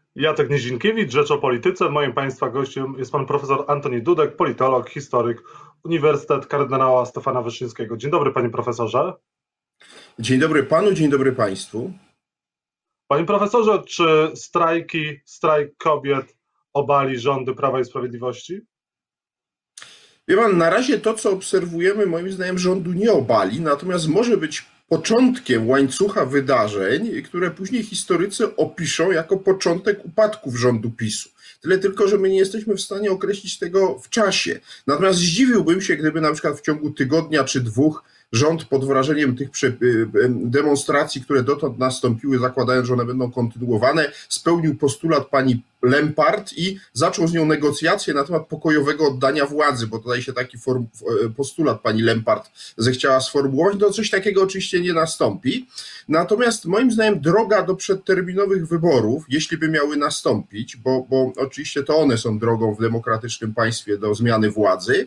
Jacek Nizinkiewicz, Rzecz o Polityce. Moim Państwa gościem jest pan profesor Antoni Dudek, politolog, historyk, Uniwersytet Kardynała Stefana Wyszyńskiego. Dzień dobry, panie profesorze. Dzień dobry panu, dzień dobry państwu. Panie profesorze, czy strajk kobiet obali rządy Prawa i Sprawiedliwości? Wie pan, na razie to, co obserwujemy, moim zdaniem rządu nie obali, natomiast może być początkiem łańcucha wydarzeń, które później historycy opiszą jako początek upadków rządu PiSu. Tyle tylko, że my nie jesteśmy w stanie określić tego w czasie. Natomiast zdziwiłbym się, gdyby na przykład w ciągu tygodnia czy dwóch rząd pod wrażeniem tych demonstracji, które dotąd nastąpiły, zakładając, że one będą kontynuowane, spełnił postulat pani Lempart i zaczął z nią negocjacje na temat pokojowego oddania władzy, bo tutaj się taki postulat pani Lempart zechciała sformułować. No coś takiego oczywiście nie nastąpi. Natomiast moim zdaniem droga do przedterminowych wyborów, jeśli by miały nastąpić, bo oczywiście to one są drogą w demokratycznym państwie do zmiany władzy,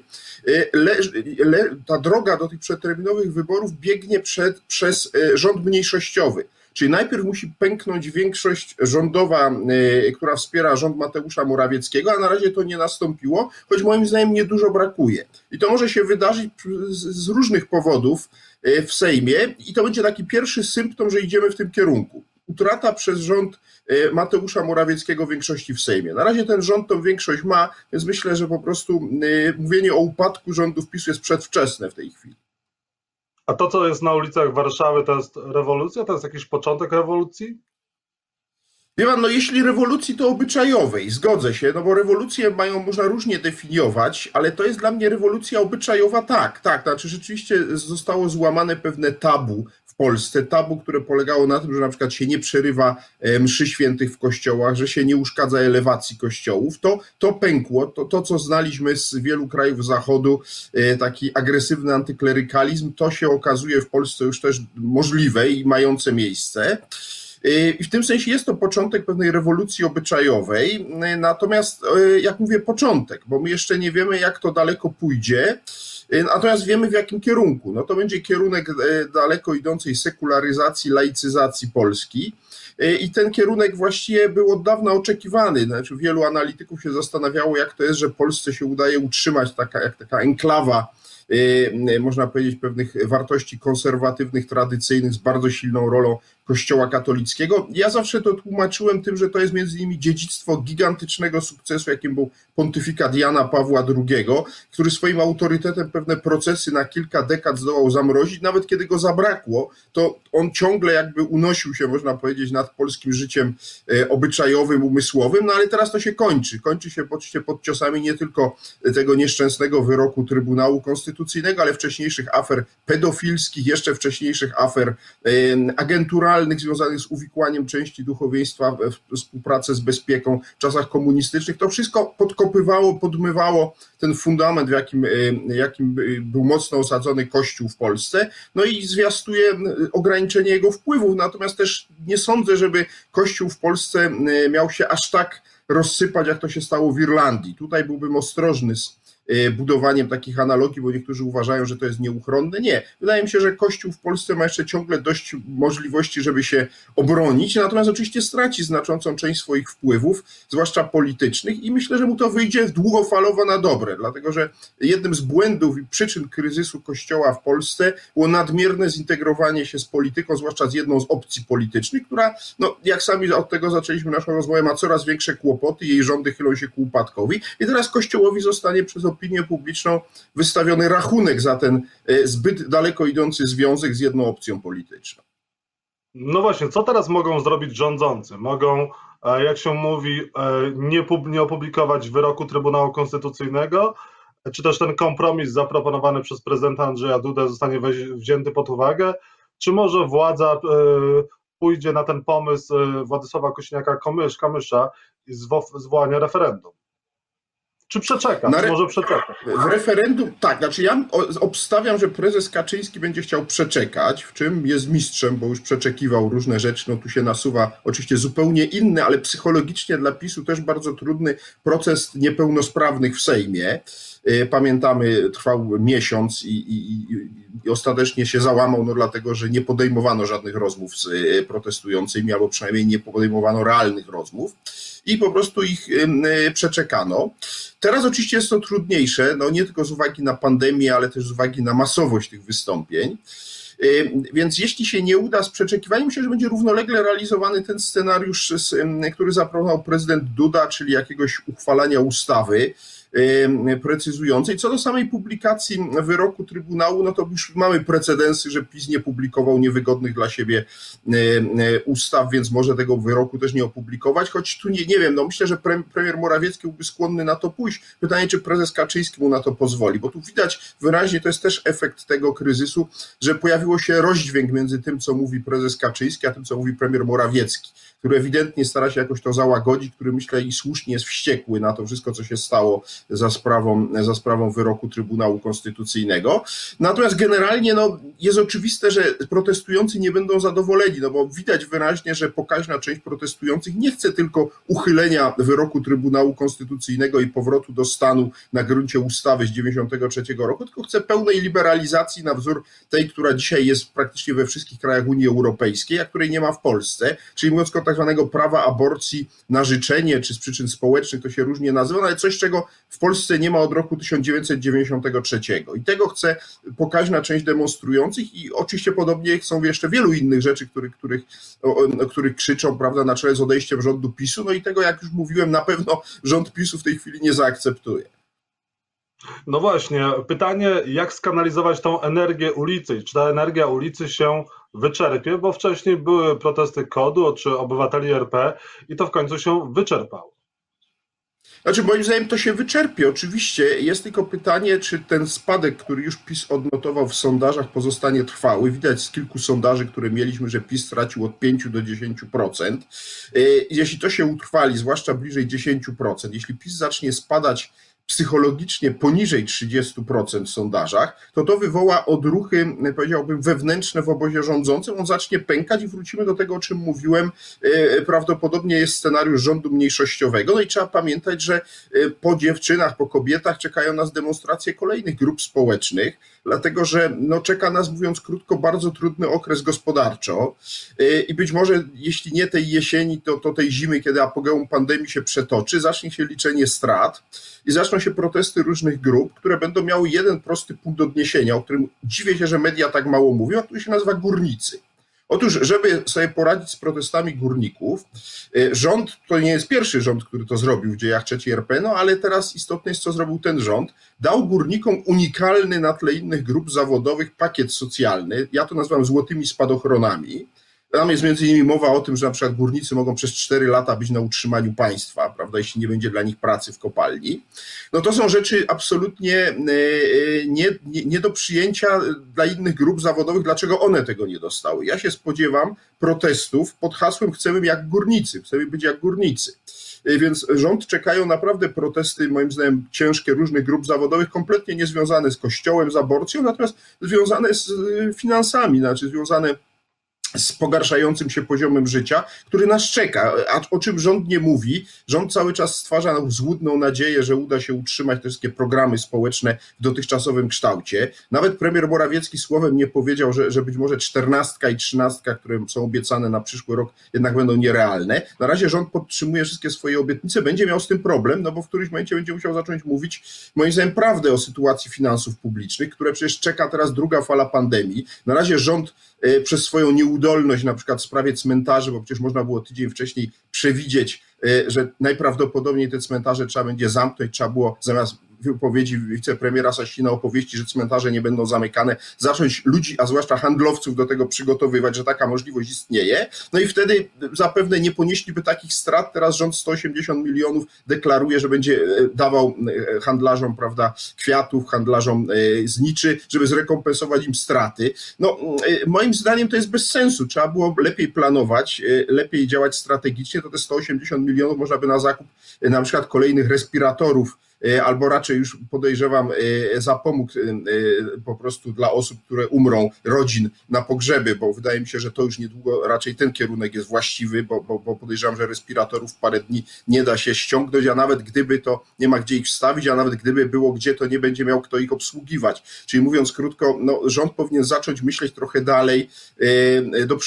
ta droga do tych przedterminowych wyborów biegnie przez rząd mniejszościowy. Czyli najpierw musi pęknąć większość rządowa, która wspiera rząd Mateusza Morawieckiego, a na razie to nie nastąpiło, choć moim zdaniem niedużo brakuje. I to może się wydarzyć z różnych powodów w Sejmie i to będzie taki pierwszy symptom, że idziemy w tym kierunku. Utrata przez rząd Mateusza Morawieckiego większości w Sejmie. Na razie ten rząd tą większość ma, więc myślę, że po prostu mówienie o upadku rządów PiSu jest przedwczesne w tej chwili. A to, co jest na ulicach Warszawy, to jest rewolucja? To jest jakiś początek rewolucji? Wie pan, no jeśli rewolucji, to obyczajowej, zgodzę się, no bo rewolucje można różnie definiować, ale to jest dla mnie rewolucja obyczajowa, tak, znaczy rzeczywiście zostało złamane pewne tabu w Polsce, tabu, które polegało na tym, że na przykład się nie przerywa mszy świętych w kościołach, że się nie uszkadza elewacji kościołów, to pękło, to co znaliśmy z wielu krajów Zachodu, taki agresywny antyklerykalizm, to się okazuje w Polsce już też możliwe i mające miejsce. I w tym sensie jest to początek pewnej rewolucji obyczajowej, natomiast jak mówię początek, bo my jeszcze nie wiemy jak to daleko pójdzie, natomiast wiemy w jakim kierunku. No to będzie kierunek daleko idącej sekularyzacji, laicyzacji Polski. I ten kierunek właściwie był od dawna oczekiwany. Znaczy, wielu analityków się zastanawiało, jak to jest, że Polsce się udaje utrzymać taka enklawa, można powiedzieć, pewnych wartości konserwatywnych, tradycyjnych, z bardzo silną rolą Kościoła katolickiego. Ja zawsze to tłumaczyłem tym, że to jest między innymi dziedzictwo gigantycznego sukcesu, jakim był pontyfikat Jana Pawła II, który swoim autorytetem pewne procesy na kilka dekad zdołał zamrozić. Nawet kiedy go zabrakło, to on ciągle jakby unosił się, można powiedzieć, nad polskim życiem obyczajowym, umysłowym, no ale teraz to się kończy. Kończy się oczywiście pod ciosami nie tylko tego nieszczęsnego wyroku Trybunału Konstytucyjnego, ale wcześniejszych afer pedofilskich, jeszcze wcześniejszych afer agenturalnych, związanych z uwikłaniem części duchowieństwa w współpracę z bezpieką w czasach komunistycznych. To wszystko podkopywało, podmywało ten fundament, w jakim był mocno osadzony Kościół w Polsce, no i zwiastuje ograniczenie jego wpływów. Natomiast też nie sądzę, żeby Kościół w Polsce miał się aż tak rozsypać, jak to się stało w Irlandii. Tutaj byłbym ostrożny z budowaniem takich analogii, bo niektórzy uważają, że to jest nieuchronne. Nie. Wydaje mi się, że Kościół w Polsce ma jeszcze ciągle dość możliwości, żeby się obronić, natomiast oczywiście straci znaczącą część swoich wpływów, zwłaszcza politycznych, i myślę, że mu to wyjdzie długofalowo na dobre, dlatego że jednym z błędów i przyczyn kryzysu Kościoła w Polsce było nadmierne zintegrowanie się z polityką, zwłaszcza z jedną z opcji politycznych, która, no, jak sami od tego zaczęliśmy naszą rozmowę, ma coraz większe kłopoty, jej rządy chylą się ku upadkowi i teraz Kościołowi zostanie przez opinię publiczną wystawiony rachunek za ten zbyt daleko idący związek z jedną opcją polityczną. No właśnie, co teraz mogą zrobić rządzący? Mogą, jak się mówi, nie opublikować wyroku Trybunału Konstytucyjnego, czy też ten kompromis zaproponowany przez prezydenta Andrzeja Dudę zostanie wzięty pod uwagę, czy może władza pójdzie na ten pomysł Władysława Kosiniaka-Kamysza i zwołania referendum? Czy przeczeka? Czy może przeczeka? W referendum, tak, znaczy ja obstawiam, że prezes Kaczyński będzie chciał przeczekać, w czym jest mistrzem, bo już przeczekiwał różne rzeczy, no tu się nasuwa oczywiście zupełnie inny, ale psychologicznie dla PiSu też bardzo trudny proces niepełnosprawnych w Sejmie. Pamiętamy, trwał miesiąc i ostatecznie się załamał, no dlatego, że nie podejmowano żadnych rozmów z protestującymi, albo przynajmniej nie podejmowano realnych rozmów. i po prostu ich przeczekano. Teraz oczywiście jest to trudniejsze, no nie tylko z uwagi na pandemię, ale też z uwagi na masowość tych wystąpień. Więc jeśli się nie uda z przeczekiwaniem, myślę, że będzie równolegle realizowany ten scenariusz, który zaproponował prezydent Duda, czyli jakiegoś uchwalania ustawy precyzującej. Co do samej publikacji wyroku Trybunału, no to już mamy precedensy, że PiS nie publikował niewygodnych dla siebie ustaw, więc może tego wyroku też nie opublikować, choć tu nie wiem, no myślę, że premier Morawiecki byłby skłonny na to pójść. Pytanie, czy prezes Kaczyński mu na to pozwoli, bo tu widać wyraźnie, to jest też efekt tego kryzysu, że pojawiło się rozdźwięk między tym, co mówi prezes Kaczyński, a tym, co mówi premier Morawiecki, który ewidentnie stara się jakoś to załagodzić, który myślę i słusznie jest wściekły na to wszystko, co się stało za sprawą wyroku Trybunału Konstytucyjnego. Natomiast generalnie no, jest oczywiste, że protestujący nie będą zadowoleni, no bo widać wyraźnie, że pokaźna część protestujących nie chce tylko uchylenia wyroku Trybunału Konstytucyjnego i powrotu do stanu na gruncie ustawy z 1993 roku, tylko chce pełnej liberalizacji na wzór tej, która dzisiaj jest praktycznie we wszystkich krajach Unii Europejskiej, a której nie ma w Polsce, czyli mówiąc o tak zwanego prawa aborcji na życzenie, czy z przyczyn społecznych, to się różnie nazywa, ale coś, czego w Polsce nie ma od roku 1993. I tego chce pokaźna część demonstrujących i oczywiście podobnie chcą jeszcze wielu innych rzeczy, o których krzyczą, prawda, na czele z odejściem rządu PiS-u, no i tego, jak już mówiłem, na pewno rząd PiS-u w tej chwili nie zaakceptuje. No właśnie, pytanie, jak skanalizować tą energię ulicy? Czy ta energia ulicy się wyczerpie? Bo wcześniej były protesty KOD-u czy obywateli RP i to w końcu się wyczerpało. Znaczy, moim zdaniem to się wyczerpie. Oczywiście jest tylko pytanie, czy ten spadek, który już PiS odnotował w sondażach, pozostanie trwały. Widać z kilku sondaży, które mieliśmy, że PiS stracił od 5 do 10%. Jeśli to się utrwali, zwłaszcza bliżej 10%, jeśli PiS zacznie spadać psychologicznie poniżej 30% w sondażach, to wywoła odruchy, powiedziałbym, wewnętrzne w obozie rządzącym. On zacznie pękać i wrócimy do tego, o czym mówiłem. Prawdopodobnie jest scenariusz rządu mniejszościowego. No i trzeba pamiętać, że po dziewczynach, po kobietach czekają nas demonstracje kolejnych grup społecznych, dlatego że no, czeka nas, mówiąc krótko, bardzo trudny okres gospodarczo i być może, jeśli nie tej jesieni, to tej zimy, kiedy apogeum pandemii się przetoczy, zacznie się liczenie strat i zaczną się protesty różnych grup, które będą miały jeden prosty punkt odniesienia, o którym dziwię się, że media tak mało mówią, a który się nazywa górnicy. Otóż, żeby sobie poradzić z protestami górników, rząd, to nie jest pierwszy rząd, który to zrobił w dziejach III RP, no ale teraz istotne jest, co zrobił ten rząd. Dał górnikom unikalny na tle innych grup zawodowych pakiet socjalny, ja to nazywam złotymi spadochronami. Tam jest między innymi mowa o tym, że na przykład górnicy mogą przez 4 lata być na utrzymaniu państwa, prawda, jeśli nie będzie dla nich pracy w kopalni. No to są rzeczy absolutnie nie do przyjęcia dla innych grup zawodowych, dlaczego one tego nie dostały. Ja się spodziewam protestów pod hasłem chcemy jak górnicy, chcemy być jak górnicy. Więc rząd czekają naprawdę protesty, moim zdaniem ciężkie różnych grup zawodowych, kompletnie niezwiązane z kościołem, z aborcją, natomiast związane z finansami, znaczy związane z pogarszającym się poziomem życia, który nas czeka, a o czym rząd nie mówi. Rząd cały czas stwarza złudną nadzieję, że uda się utrzymać te wszystkie programy społeczne w dotychczasowym kształcie. Nawet premier Morawiecki słowem nie powiedział, że być może 14 i 13, które są obiecane na przyszły rok, jednak będą nierealne. Na razie rząd podtrzymuje wszystkie swoje obietnice, będzie miał z tym problem, no bo w którymś momencie będzie musiał zacząć mówić, moim zdaniem, prawdę o sytuacji finansów publicznych, które przecież czeka teraz druga fala pandemii. Na razie rząd przez swoją nieudolność, na przykład w sprawie cmentarzy, bo przecież można było tydzień wcześniej przewidzieć, że najprawdopodobniej te cmentarze trzeba będzie zamknąć, trzeba było zamiast wypowiedzi wicepremiera Sasina opowieści, że cmentarze nie będą zamykane, zacząć ludzi, a zwłaszcza handlowców do tego przygotowywać, że taka możliwość istnieje. No i wtedy zapewne nie ponieśliby takich strat. Teraz rząd 180 milionów deklaruje, że będzie dawał handlarzom, prawda, kwiatów, handlarzom zniczy, żeby zrekompensować im straty. No, moim zdaniem to jest bez sensu. Trzeba było lepiej planować, lepiej działać strategicznie. To te 180 milionów można by na zakup na przykład kolejnych respiratorów albo raczej już podejrzewam zapomógł po prostu dla osób, które umrą, rodzin na pogrzeby, bo wydaje mi się, że to już niedługo raczej ten kierunek jest właściwy, bo podejrzewam, że respiratorów parę dni nie da się ściągnąć, a nawet gdyby, to nie ma gdzie ich wstawić, a nawet gdyby było gdzie, to nie będzie miał kto ich obsługiwać. Czyli mówiąc krótko, no, rząd powinien zacząć myśleć trochę dalej do przodu.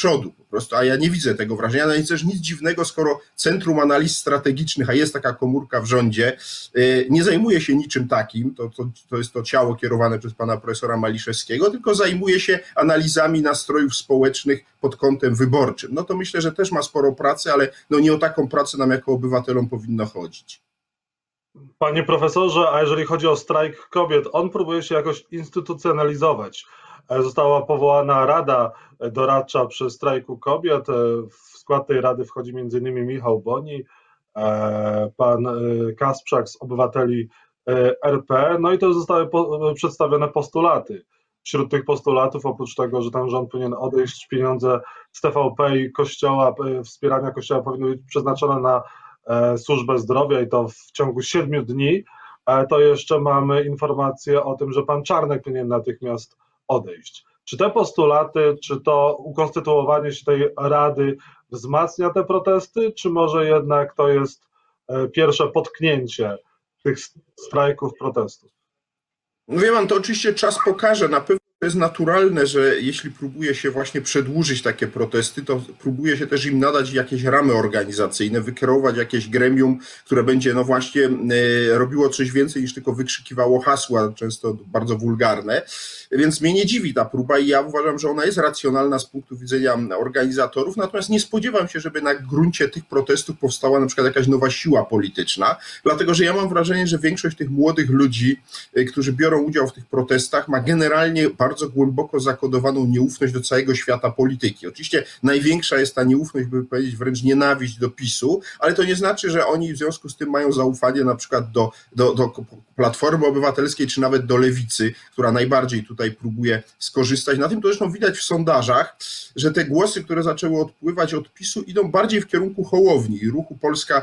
po prostu, a ja nie widzę tego wrażenia. No i też nic dziwnego, skoro Centrum Analiz Strategicznych, a jest taka komórka w rządzie, nie zajmuje się niczym takim, to jest to ciało kierowane przez pana profesora Maliszewskiego, tylko zajmuje się analizami nastrojów społecznych pod kątem wyborczym. No to myślę, że też ma sporo pracy, ale no nie o taką pracę nam jako obywatelom powinno chodzić. Panie profesorze, a jeżeli chodzi o strajk kobiet, on próbuje się jakoś instytucjonalizować. Została powołana Rada Doradcza przy strajku kobiet. W skład tej rady wchodzi m.in. Michał Boni, pan Kasprzak z Obywateli RP, no i to zostały przedstawione postulaty. Wśród tych postulatów, oprócz tego, że ten rząd powinien odejść, pieniądze z TVP i Kościoła, wspierania Kościoła powinny być przeznaczone na służbę zdrowia i to w ciągu 7 dni, to jeszcze mamy informację o tym, że pan Czarnek powinien natychmiast odejść. Czy te postulaty, czy to ukonstytuowanie się tej rady wzmacnia te protesty, czy może jednak to jest pierwsze potknięcie tych strajków, protestów? No wie pan, to oczywiście czas pokaże. Na pewno to jest naturalne, że jeśli próbuje się właśnie przedłużyć takie protesty, to próbuje się też im nadać jakieś ramy organizacyjne, wykreować jakieś gremium, które będzie no właśnie robiło coś więcej niż tylko wykrzykiwało hasła, często bardzo wulgarne. Więc mnie nie dziwi ta próba i ja uważam, że ona jest racjonalna z punktu widzenia organizatorów, natomiast nie spodziewam się, żeby na gruncie tych protestów powstała na przykład jakaś nowa siła polityczna, dlatego że ja mam wrażenie, że większość tych młodych ludzi, którzy biorą udział w tych protestach, ma generalnie bardzo głęboko zakodowaną nieufność do całego świata polityki. Oczywiście największa jest ta nieufność, by powiedzieć wręcz nienawiść do PiS-u, ale to nie znaczy, że oni w związku z tym mają zaufanie na przykład do Platformy Obywatelskiej, czy nawet do Lewicy, która najbardziej tutaj próbuje skorzystać. Na tym to zresztą widać w sondażach, że te głosy, które zaczęły odpływać od PiS-u, idą bardziej w kierunku Hołowni i ruchu Polska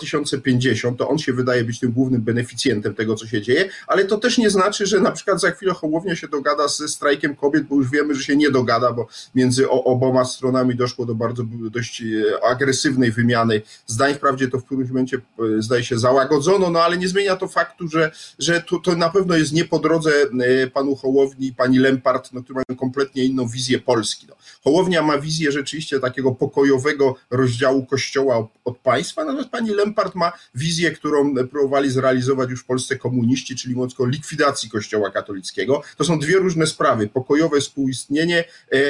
2050. To on się wydaje być tym głównym beneficjentem tego, co się dzieje, ale to też nie znaczy, że na przykład za chwilę Hołownia się dogada ze strajkiem kobiet, bo już wiemy, że się nie dogada, bo między oboma stronami doszło do bardzo dość agresywnej wymiany zdań. Wprawdzie to w którymś momencie zdaje się załagodzono, no ale nie zmienia to faktu, że to na pewno jest nie po drodze panu Hołowni i pani Lempart, no, które mają kompletnie inną wizję Polski. No. Hołownia ma wizję rzeczywiście takiego pokojowego rozdziału Kościoła od państwa, natomiast pani Lempart ma wizję, którą próbowali zrealizować już w Polsce komuniści, czyli mówiąc o likwidacji Kościoła katolickiego. To są dwie różne sprawy, pokojowe współistnienie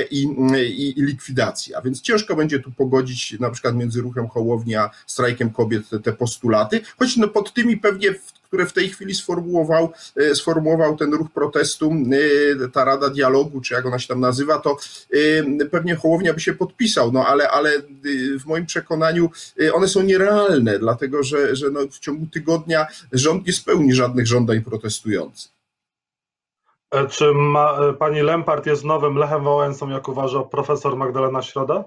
i likwidacja. Więc ciężko będzie tu pogodzić na przykład między ruchem Hołowni a strajkiem kobiet te postulaty, choć no pod tymi pewnie, które w tej chwili sformułował ten ruch protestu, ta Rada Dialogu, czy jak ona się tam nazywa, to pewnie Hołownia by się podpisał, no ale w moim przekonaniu one są nierealne, dlatego że no w ciągu tygodnia rząd nie spełni żadnych żądań protestujących. Czy pani Lempart jest nowym Lechem Wałęsą, jak uważa profesor Magdalena Środa?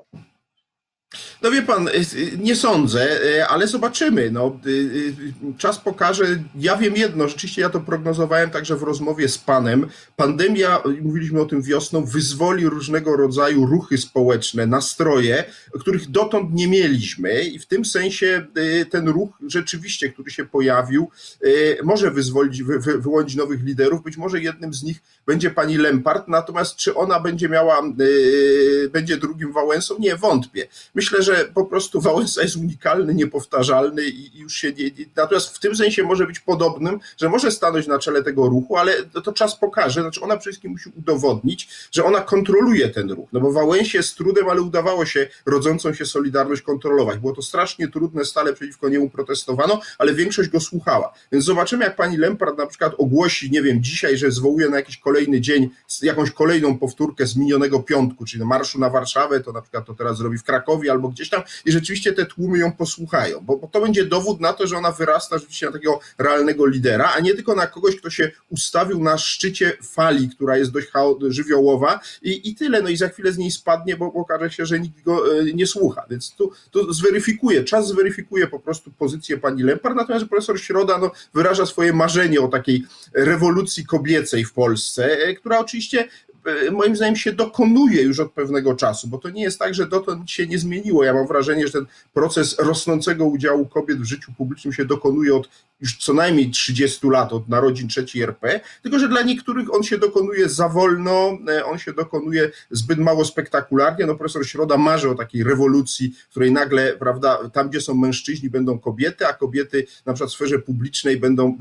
No wie pan, nie sądzę, ale zobaczymy. No, czas pokaże. Ja wiem jedno, rzeczywiście ja to prognozowałem także w rozmowie z panem. Pandemia, mówiliśmy o tym wiosną, wyzwoli różnego rodzaju ruchy społeczne, nastroje, których dotąd nie mieliśmy i w tym sensie ten ruch rzeczywiście, który się pojawił, może wyłonić nowych liderów. Być może jednym z nich będzie pani Lempart, natomiast czy ona będzie drugim Wałęsą? Nie, wątpię. Myślę, że po prostu Wałęsa jest unikalny, niepowtarzalny i już się nie. Natomiast w tym sensie może być podobnym, że może stanąć na czele tego ruchu, ale to czas pokaże. Znaczy ona przede wszystkim musi udowodnić, że ona kontroluje ten ruch. No bo Wałęsie z trudem, ale udawało się rodzącą się Solidarność kontrolować. Było to strasznie trudne, stale przeciwko niemu protestowano, ale większość go słuchała. Więc zobaczymy, jak pani Lempart na przykład ogłosi, nie wiem, dzisiaj, że zwołuje na jakiś kolejny dzień jakąś kolejną powtórkę z minionego piątku, czyli marszu na Warszawę, to na przykład to teraz zrobi w Krakowie albo gdzieś tam i rzeczywiście te tłumy ją posłuchają, bo to będzie dowód na to, że ona wyrasta rzeczywiście na takiego realnego lidera, a nie tylko na kogoś, kto się ustawił na szczycie fali, która jest dość żywiołowa i tyle, no i za chwilę z niej spadnie, bo okaże się, że nikt go nie słucha, więc tu czas zweryfikuje po prostu pozycję pani Lempart, natomiast profesor Środa wyraża swoje marzenie o takiej rewolucji kobiecej w Polsce, która oczywiście moim zdaniem się dokonuje już od pewnego czasu, bo to nie jest tak, że dotąd nic się nie zmieniło. Ja mam wrażenie, że ten proces rosnącego udziału kobiet w życiu publicznym się dokonuje od już co najmniej 30 lat od narodzin III RP, tylko że dla niektórych on się dokonuje za wolno, on się dokonuje zbyt mało spektakularnie. No profesor Środa marzy o takiej rewolucji, w której nagle, prawda, tam gdzie są mężczyźni będą kobiety, a kobiety na przykład w sferze publicznej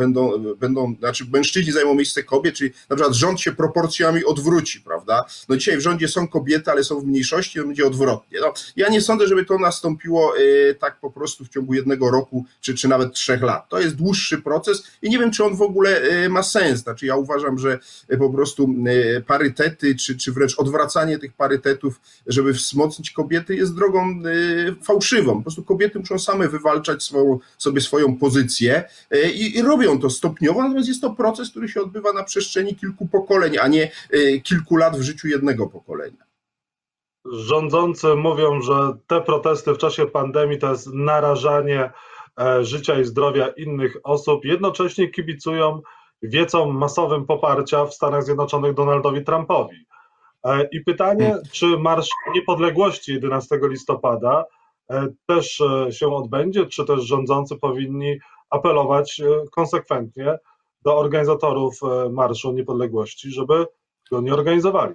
znaczy mężczyźni zajmą miejsce kobiet, czyli na przykład rząd się proporcjami odwróci, prawda? No dzisiaj w rządzie są kobiety, ale są w mniejszości, to będzie odwrotnie. No, ja nie sądzę, żeby to nastąpiło tak po prostu w ciągu jednego roku, czy nawet 3 lat. To jest dłuższy proces i nie wiem, czy on w ogóle ma sens. Znaczy ja uważam, że po prostu parytety, czy wręcz odwracanie tych parytetów, żeby wzmocnić kobiety, jest drogą fałszywą. Po prostu kobiety muszą same wywalczać sobie swoją pozycję i robią to stopniowo, natomiast jest to proces, który się odbywa na przestrzeni kilku pokoleń, a nie kilku lat w życiu jednego pokolenia. Rządzący mówią, że te protesty w czasie pandemii to jest narażanie życia i zdrowia innych osób. Jednocześnie kibicują wiecom masowym poparcia w Stanach Zjednoczonych Donaldowi Trumpowi. I pytanie, czy Marsz Niepodległości 11 listopada też się odbędzie, czy też rządzący powinni apelować konsekwentnie do organizatorów Marszu Niepodległości, żeby go nie organizowali.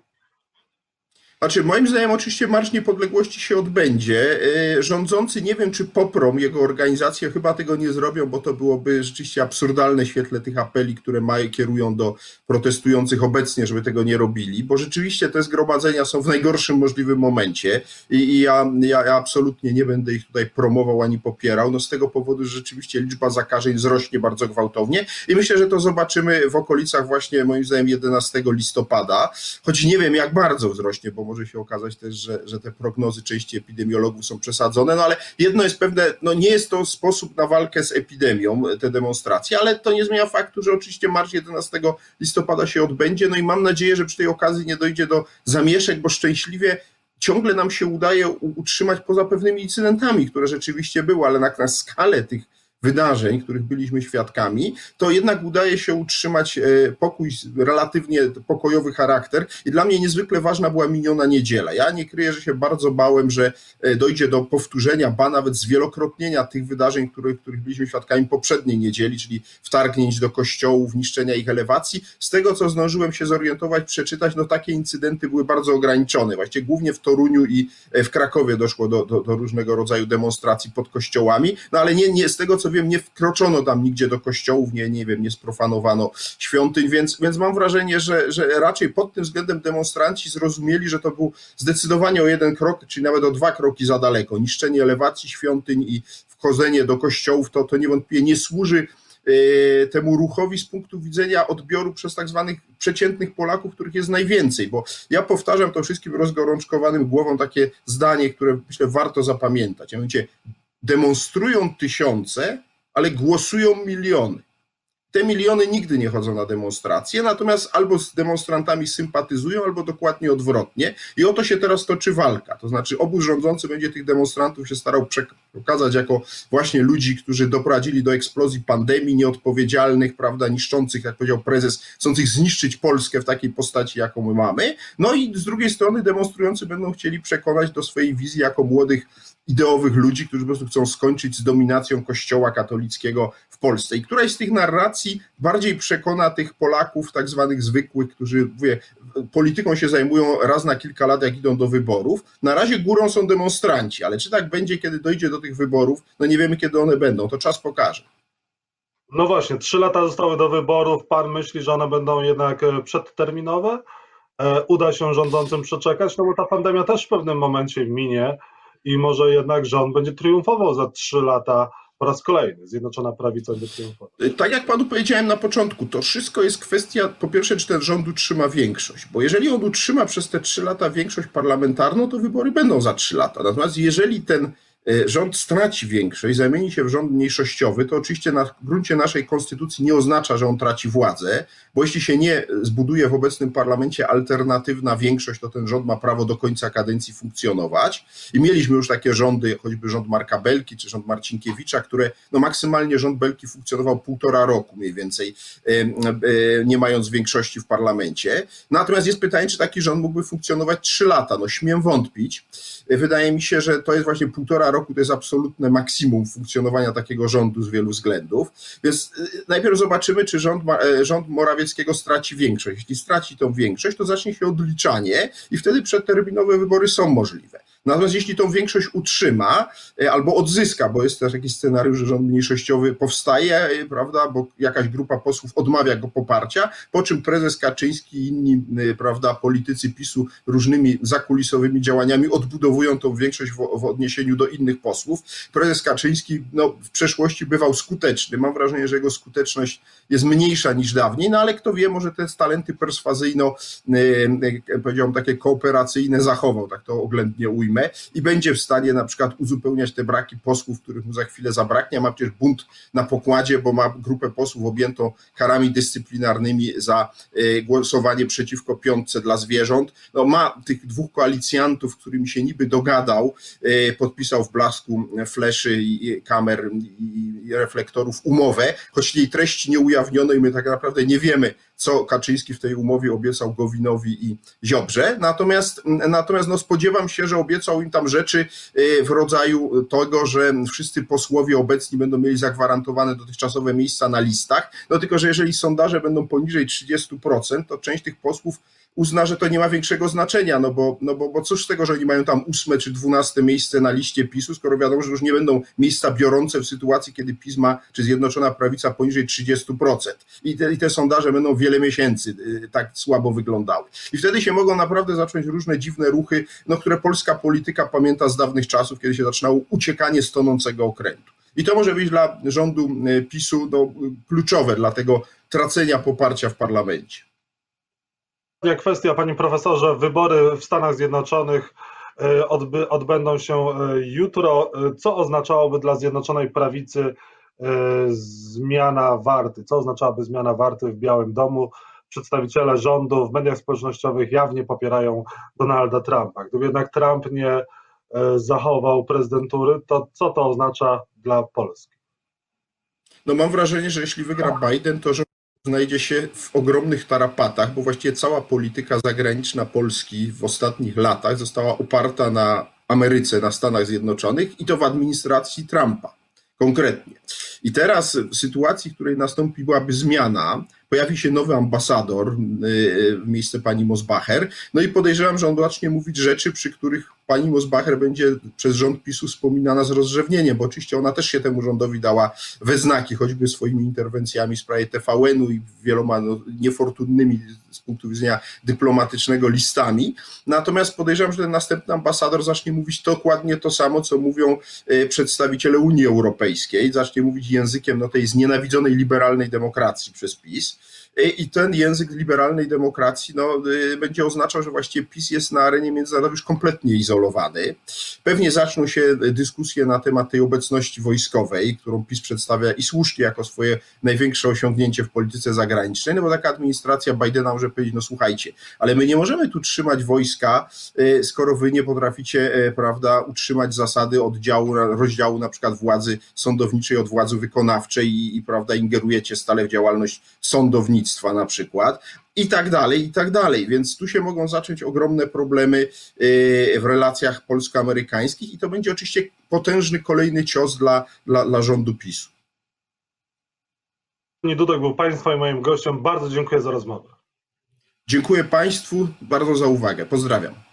Znaczy, moim zdaniem oczywiście Marsz Niepodległości się odbędzie. Rządzący nie wiem, czy poprą jego organizację, chyba tego nie zrobią, bo to byłoby rzeczywiście absurdalne w świetle tych apeli, które kierują do protestujących obecnie, żeby tego nie robili, bo rzeczywiście te zgromadzenia są w najgorszym możliwym momencie i ja absolutnie nie będę ich tutaj promował ani popierał, no z tego powodu, że rzeczywiście liczba zakażeń wzrośnie bardzo gwałtownie i myślę, że to zobaczymy w okolicach właśnie moim zdaniem 11 listopada, choć nie wiem jak bardzo wzrośnie, bo może się okazać też, że te prognozy części epidemiologów są przesadzone, no ale jedno jest pewne, no nie jest to sposób na walkę z epidemią, te demonstracje, ale to nie zmienia faktu, że oczywiście marsz 11 listopada się odbędzie, no i mam nadzieję, że przy tej okazji nie dojdzie do zamieszek, bo szczęśliwie ciągle nam się udaje utrzymać poza pewnymi incydentami, które rzeczywiście były, ale na skalę tych wydarzeń, których byliśmy świadkami, to jednak udaje się utrzymać pokój, relatywnie pokojowy charakter i dla mnie niezwykle ważna była miniona niedziela. Ja nie kryję, że się bardzo bałem, że dojdzie do powtórzenia, ba nawet zwielokrotnienia tych wydarzeń, których byliśmy świadkami poprzedniej niedzieli, czyli wtargnięć do kościołów, niszczenia ich elewacji. Z tego, co zdążyłem się zorientować, przeczytać, no takie incydenty były bardzo ograniczone. Właściwie głównie w Toruniu i w Krakowie doszło do różnego rodzaju demonstracji pod kościołami, no ale nie z tego, co wiem, nie wkroczono tam nigdzie do kościołów, nie sprofanowano świątyń, więc mam wrażenie, że raczej pod tym względem demonstranci zrozumieli, że to był zdecydowanie o 1 krok, czy nawet o 2 kroki za daleko. Niszczenie elewacji świątyń i wchodzenie do kościołów to niewątpliwie nie służy temu ruchowi z punktu widzenia odbioru przez tak zwanych przeciętnych Polaków, których jest najwięcej, bo ja powtarzam to wszystkim rozgorączkowanym głową takie zdanie, które myślę warto zapamiętać. A mianowicie demonstrują tysiące, ale głosują miliony. Te miliony nigdy nie chodzą na demonstracje, natomiast albo z demonstrantami sympatyzują, albo dokładnie odwrotnie. I o to się teraz toczy walka. To znaczy obóz rządzący będzie tych demonstrantów się starał pokazać jako właśnie ludzi, którzy doprowadzili do eksplozji pandemii, nieodpowiedzialnych, prawda, niszczących, jak powiedział prezes, chcących zniszczyć Polskę w takiej postaci, jaką my mamy. No i z drugiej strony demonstrujący będą chcieli przekonać do swojej wizji jako młodych, ideowych ludzi, którzy po prostu chcą skończyć z dominacją Kościoła katolickiego w Polsce. I któraś z tych narracji bardziej przekona tych Polaków, tak zwanych zwykłych, którzy polityką się zajmują raz na kilka lat, jak idą do wyborów. Na razie górą są demonstranci, ale czy tak będzie, kiedy dojdzie do tych wyborów, no nie wiemy, kiedy one będą. To czas pokaże. No właśnie, 3 lata zostały do wyborów. Pan myśli, że one będą jednak przedterminowe? Uda się rządzącym przeczekać? No bo ta pandemia też w pewnym momencie minie i może jednak rząd będzie triumfował za 3 lata po raz kolejny. Zjednoczona Prawica będzie triumfować. Tak jak panu powiedziałem na początku, to wszystko jest kwestia, po pierwsze, czy ten rząd utrzyma większość, bo jeżeli on utrzyma przez te 3 lata większość parlamentarną, to wybory będą za 3 lata. Natomiast jeżeli ten rząd straci większość, zamieni się w rząd mniejszościowy, to oczywiście na gruncie naszej konstytucji nie oznacza, że on traci władzę, bo jeśli się nie zbuduje w obecnym parlamencie alternatywna większość, to ten rząd ma prawo do końca kadencji funkcjonować. I mieliśmy już takie rządy, choćby rząd Marka Belki czy rząd Marcinkiewicza, które no maksymalnie rząd Belki funkcjonował 1,5 roku mniej więcej, nie mając większości w parlamencie. Natomiast jest pytanie, czy taki rząd mógłby funkcjonować 3 lata. No śmiem wątpić. Wydaje mi się, że to jest właśnie 1,5 roku to jest absolutne maksimum funkcjonowania takiego rządu z wielu względów. Więc najpierw zobaczymy, czy rząd Morawieckiego straci większość. Jeśli straci tą większość, to zacznie się odliczanie i wtedy przedterminowe wybory są możliwe. Natomiast jeśli tą większość utrzyma albo odzyska, bo jest też jakiś scenariusz, że rząd mniejszościowy powstaje, prawda, bo jakaś grupa posłów odmawia go poparcia, po czym prezes Kaczyński i inni, prawda, politycy PiS-u różnymi zakulisowymi działaniami odbudowują tą większość w odniesieniu do innych posłów. Prezes Kaczyński w przeszłości bywał skuteczny. Mam wrażenie, że jego skuteczność jest mniejsza niż dawniej, no ale kto wie, może te talenty perswazyjno, powiedziałbym, takie kooperacyjne zachował, tak to oględnie ujmę, i będzie w stanie na przykład uzupełniać te braki posłów, których mu za chwilę zabraknie. Ma przecież bunt na pokładzie, bo ma grupę posłów objętą karami dyscyplinarnymi za głosowanie przeciwko piątce dla zwierząt. No, ma tych dwóch koalicjantów, z którymi się niby dogadał, podpisał w blasku fleszy i kamer i reflektorów umowę, choć jej treści nie ujawniono i my tak naprawdę nie wiemy, co Kaczyński w tej umowie obiecał Gowinowi i Ziobrze. Natomiast spodziewam się, że obiecał im tam rzeczy w rodzaju tego, że wszyscy posłowie obecni będą mieli zagwarantowane dotychczasowe miejsca na listach. No tylko, że jeżeli sondaże będą poniżej 30%, to część tych posłów uzna, że to nie ma większego znaczenia, bo cóż z tego, że oni mają tam 8. czy 12. miejsce na liście PiS-u, skoro wiadomo, że już nie będą miejsca biorące w sytuacji, kiedy PiS ma, czy Zjednoczona Prawica poniżej 30%. I te sondaże będą wiele miesięcy tak słabo wyglądały. I wtedy się mogą naprawdę zacząć różne dziwne ruchy, które polska polityka pamięta z dawnych czasów, kiedy się zaczynało uciekanie z tonącego okrętu. I to może być dla rządu PiS-u kluczowe dla tego tracenia poparcia w parlamencie. Kwestia, panie profesorze, wybory w Stanach Zjednoczonych odbędą się jutro. Co oznaczałoby dla Zjednoczonej Prawicy zmiana warty? Co oznaczałaby zmiana warty w Białym Domu? Przedstawiciele rządu w mediach społecznościowych jawnie popierają Donalda Trumpa. Gdyby jednak Trump nie zachował prezydentury, to co to oznacza dla Polski? No mam wrażenie, że jeśli wygra Biden, to rząd znajdzie się w ogromnych tarapatach, bo właściwie cała polityka zagraniczna Polski w ostatnich latach została oparta na Ameryce, na Stanach Zjednoczonych i to w administracji Trumpa konkretnie. I teraz w sytuacji, w której nastąpiłaby zmiana, pojawi się nowy ambasador w miejsce pani Mosbacher, no i podejrzewam, że on zacznie mówić rzeczy, przy których pani Mosbacher będzie przez rząd PiS-u wspominana z rozrzewnieniem, bo oczywiście ona też się temu rządowi dała we znaki, choćby swoimi interwencjami w sprawie TVN-u i wieloma niefortunnymi z punktu widzenia dyplomatycznego listami. Natomiast podejrzewam, że ten następny ambasador zacznie mówić dokładnie to samo, co mówią przedstawiciele Unii Europejskiej, zacznie mówić językiem tej znienawidzonej liberalnej demokracji przez PiS. I ten język liberalnej demokracji będzie oznaczał, że właściwie PiS jest na arenie międzynarodowej już kompletnie izolowany. Pewnie zaczną się dyskusje na temat tej obecności wojskowej, którą PiS przedstawia i słusznie jako swoje największe osiągnięcie w polityce zagranicznej, no bo taka administracja Bidena może powiedzieć, no słuchajcie, ale my nie możemy tu trzymać wojska, skoro wy nie potraficie, prawda, utrzymać zasady rozdziału na przykład władzy sądowniczej od władzy wykonawczej i prawda, ingerujecie stale w działalność sądownictwa na przykład i tak dalej, więc tu się mogą zacząć ogromne problemy w relacjach polsko-amerykańskich i to będzie oczywiście potężny kolejny cios dla rządu PiS-u. Panie Dudek był państwa i moim gościem. Bardzo dziękuję za rozmowę. Dziękuję państwu bardzo za uwagę. Pozdrawiam.